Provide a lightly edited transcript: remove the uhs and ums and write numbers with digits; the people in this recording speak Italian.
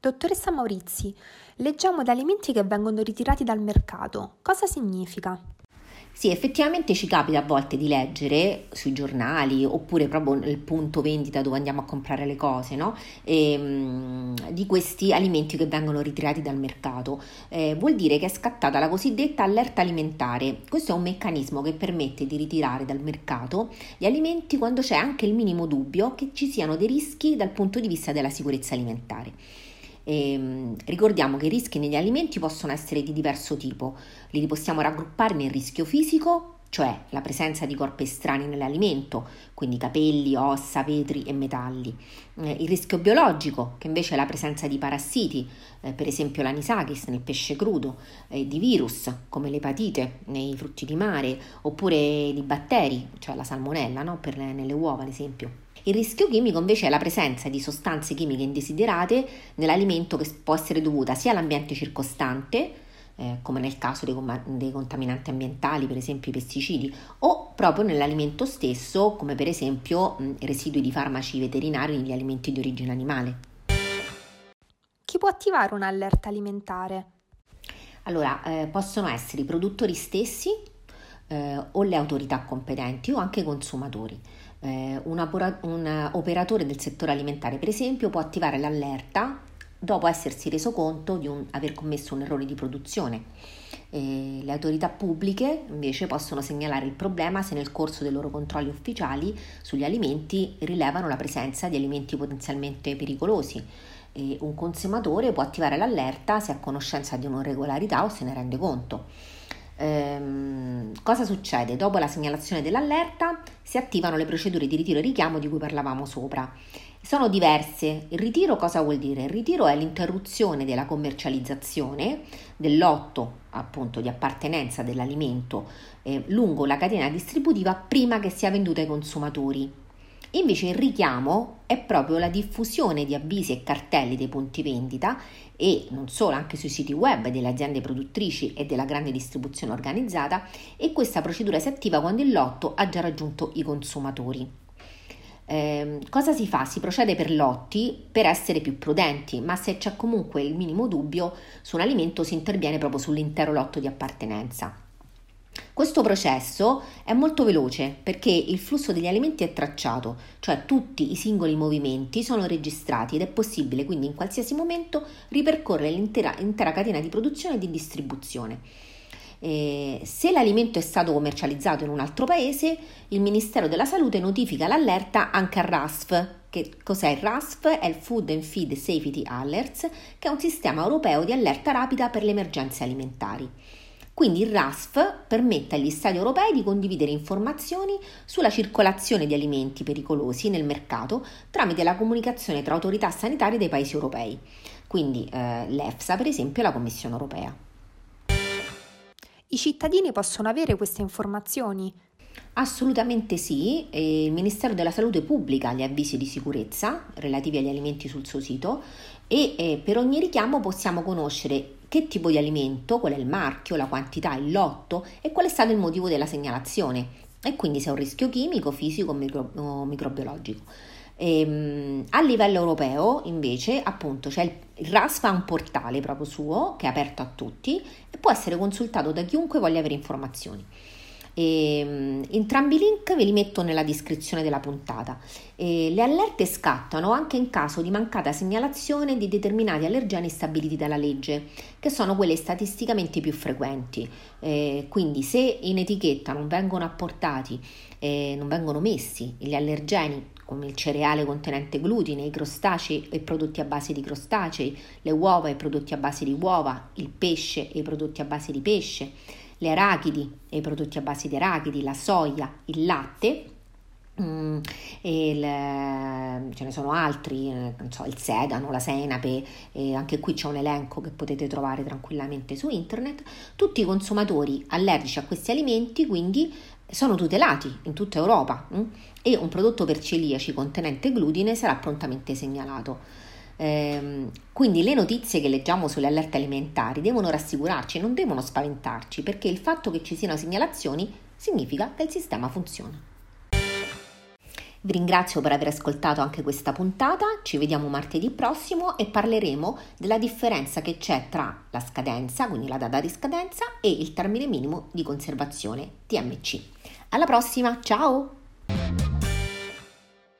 Dottoressa Maurizi, leggiamo di alimenti che vengono ritirati dal mercato. Cosa significa? Sì, effettivamente ci capita a volte di leggere sui giornali oppure proprio nel punto vendita dove andiamo a comprare le cose, no? Di questi alimenti che vengono ritirati dal mercato. Vuol dire che è scattata la cosiddetta allerta alimentare. Questo è un meccanismo che permette di ritirare dal mercato gli alimenti quando c'è anche il minimo dubbio che ci siano dei rischi dal punto di vista della sicurezza alimentare. Ricordiamo che i rischi negli alimenti possono essere di diverso tipo, li possiamo raggruppare nel rischio fisico, cioè la presenza di corpi estranei nell'alimento, quindi capelli, ossa, vetri e metalli, il rischio biologico, che invece è la presenza di parassiti, per esempio l'anisakis nel pesce crudo, di virus come l'epatite nei frutti di mare, oppure di batteri, cioè la salmonella, no? Nelle uova ad esempio. Il rischio chimico invece è la presenza di sostanze chimiche indesiderate nell'alimento che può essere dovuta sia all'ambiente circostante, come nel caso dei contaminanti ambientali, per esempio i pesticidi, o proprio nell'alimento stesso, come per esempio residui di farmaci veterinari negli alimenti di origine animale. Chi può attivare un'allerta alimentare? Allora, possono essere i produttori stessi o le autorità competenti o anche i consumatori. Un operatore del settore alimentare, per esempio, può attivare l'allerta dopo essersi reso conto di aver commesso un errore di produzione. Le autorità pubbliche invece possono segnalare il problema se nel corso dei loro controlli ufficiali sugli alimenti rilevano la presenza di alimenti potenzialmente pericolosi. Un consumatore può attivare l'allerta se è a conoscenza di un'irregolarità o se ne rende conto. Cosa succede? Dopo la segnalazione dell'allerta si attivano le procedure di ritiro e richiamo di cui parlavamo sopra. Sono diverse. Il ritiro cosa vuol dire? Il ritiro è l'interruzione della commercializzazione del lotto, appunto, di appartenenza dell'alimento lungo la catena distributiva prima che sia venduto ai consumatori. Invece il richiamo è proprio la diffusione di avvisi e cartelli dei punti vendita e non solo, anche sui siti web delle aziende produttrici e della grande distribuzione organizzata, e questa procedura si attiva quando il lotto ha già raggiunto i consumatori. Cosa si fa? Si procede per lotti per essere più prudenti, ma se c'è comunque il minimo dubbio su un alimento si interviene proprio sull'intero lotto di appartenenza. Questo processo è molto veloce perché il flusso degli alimenti è tracciato, cioè tutti i singoli movimenti sono registrati ed è possibile quindi in qualsiasi momento ripercorrere l'intera catena di produzione e di distribuzione. Se l'alimento è stato commercializzato in un altro paese, il Ministero della Salute notifica l'allerta anche al RASFF. Che cos'è il RASFF? È il Food and Feed Safety Alerts, che è un sistema europeo di allerta rapida per le emergenze alimentari. Quindi il RASFF permette agli Stati europei di condividere informazioni sulla circolazione di alimenti pericolosi nel mercato tramite la comunicazione tra autorità sanitarie dei paesi europei, quindi l'EFSA per esempio e la Commissione europea. I cittadini possono avere queste informazioni? Assolutamente sì, il Ministero della Salute pubblica gli avvisi di sicurezza relativi agli alimenti sul suo sito e per ogni richiamo possiamo conoscere che tipo di alimento, qual è il marchio, la quantità, il lotto e qual è stato il motivo della segnalazione e quindi se è un rischio chimico, fisico o microbiologico. A livello europeo invece appunto c'è il RASFF ha un portale proprio suo che è aperto a tutti e può essere consultato da chiunque voglia avere informazioni. Entrambi i link ve li metto nella descrizione della puntata. Le allerte scattano anche in caso di mancata segnalazione di determinati allergeni stabiliti dalla legge, che sono quelle statisticamente più frequenti. Quindi se in etichetta non vengono apportati, non vengono messi gli allergeni come il cereale contenente glutine, i crostacei e prodotti a base di crostacei, le uova e prodotti a base di uova, il pesce e i prodotti a base di pesce, le arachidi e i prodotti a base di arachidi, la soia, il latte, ce ne sono altri, non so, il sedano, la senape, anche qui c'è un elenco che potete trovare tranquillamente su internet. Tutti i consumatori allergici a questi alimenti quindi sono tutelati in tutta Europa e un prodotto per celiaci contenente glutine sarà prontamente segnalato. Quindi le notizie che leggiamo sulle allerte alimentari devono rassicurarci, non devono spaventarci, perché il fatto che ci siano segnalazioni significa che il sistema funziona. Vi ringrazio per aver ascoltato anche questa puntata, ci vediamo martedì prossimo e parleremo della differenza che c'è tra la scadenza, quindi la data di scadenza, e il termine minimo di conservazione TMC. Alla prossima, ciao!